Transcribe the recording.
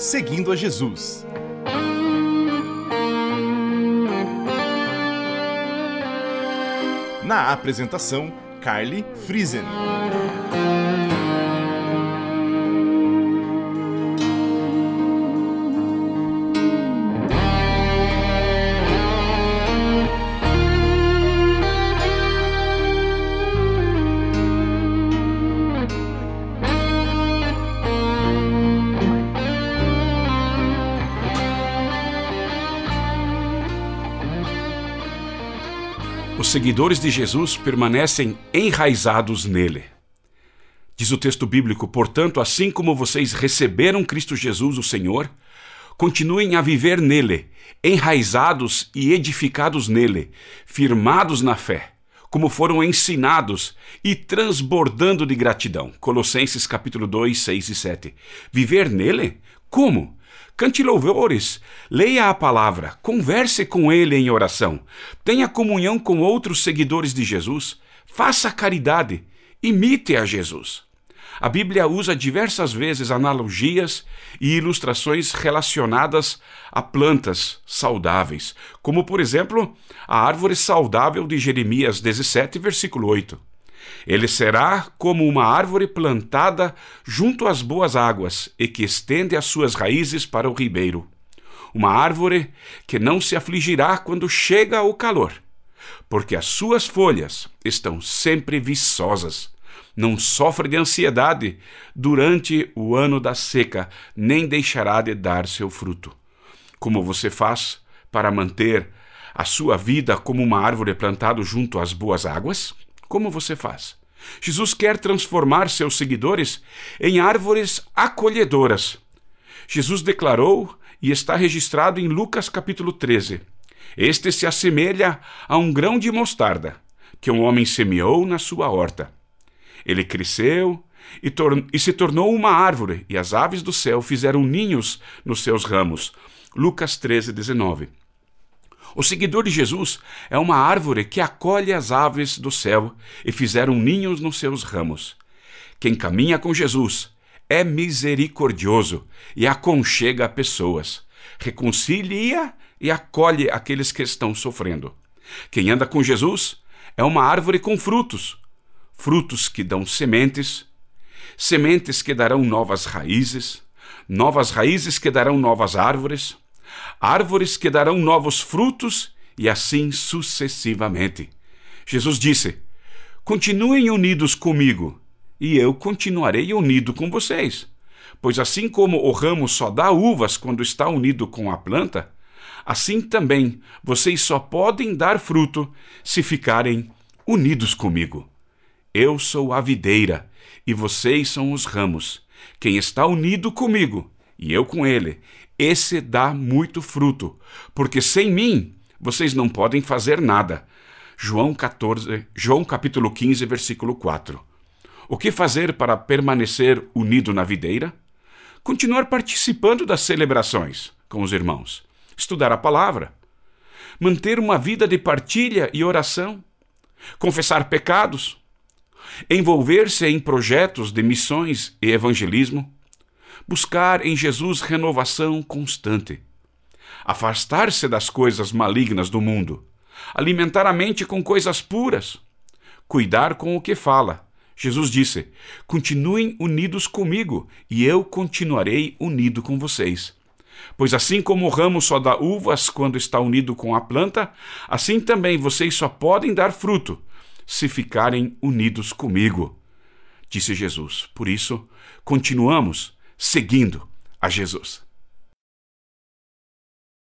Seguindo a Jesus. Na apresentação, Carly Friesen. Os seguidores de Jesus permanecem enraizados nele. Diz o texto bíblico: portanto, assim como vocês receberam Cristo Jesus, o Senhor, continuem a viver nele, enraizados e edificados nele, firmados na fé, como foram ensinados e transbordando de gratidão. Colossenses capítulo 2, 6 e 7. Viver nele? Como? Cante louvores, leia a palavra, converse com ele em oração, tenha comunhão com outros seguidores de Jesus, faça caridade, imite a Jesus. A Bíblia usa diversas vezes analogias e ilustrações relacionadas a plantas saudáveis, como, por exemplo, a árvore saudável de Jeremias 17, versículo 8. Ele será como uma árvore plantada junto às boas águas e que estende as suas raízes para o ribeiro. Uma árvore que não se afligirá quando chega o calor, porque as suas folhas estão sempre viçosas. Não sofre de ansiedade durante o ano da seca, nem deixará de dar seu fruto. Como você faz para manter a sua vida como uma árvore plantada junto às boas águas? Como você faz? Jesus quer transformar seus seguidores em árvores acolhedoras. Jesus declarou, e está registrado em Lucas capítulo 13, este se assemelha a um grão de mostarda, que um homem semeou na sua horta. Ele cresceu e se tornou uma árvore, e as aves do céu fizeram ninhos nos seus ramos. Lucas 13, 19. O seguidor de Jesus é uma árvore que acolhe as aves do céu e fizeram ninhos nos seus ramos. Quem caminha com Jesus é misericordioso e aconchega pessoas, reconcilia e acolhe aqueles que estão sofrendo. Quem anda com Jesus é uma árvore com frutos, frutos que dão sementes, sementes que darão novas raízes que darão novas árvores, árvores que darão novos frutos e assim sucessivamente. Jesus disse: continuem unidos comigo e eu continuarei unido com vocês. Pois assim como o ramo só dá uvas quando está unido com a planta, assim também vocês só podem dar fruto se ficarem unidos comigo. Eu sou a videira e vocês são os ramos. Quem está unido comigo e eu com ele, esse dá muito fruto, porque sem mim vocês não podem fazer nada. João capítulo 15, versículo 4. O que fazer para permanecer unido na videira? Continuar participando das celebrações com os irmãos, estudar a palavra, manter uma vida de partilha e oração, confessar pecados, envolver-se em projetos de missões e evangelismo, buscar em Jesus renovação constante, afastar-se das coisas malignas do mundo, alimentar a mente com coisas puras, cuidar com o que fala. Jesus disse: continuem unidos comigo e eu continuarei unido com vocês. Pois assim como o ramo só dá uvas quando está unido com a planta, assim também vocês só podem dar fruto se ficarem unidos comigo, disse Jesus. Por isso, continuamos seguindo a Jesus.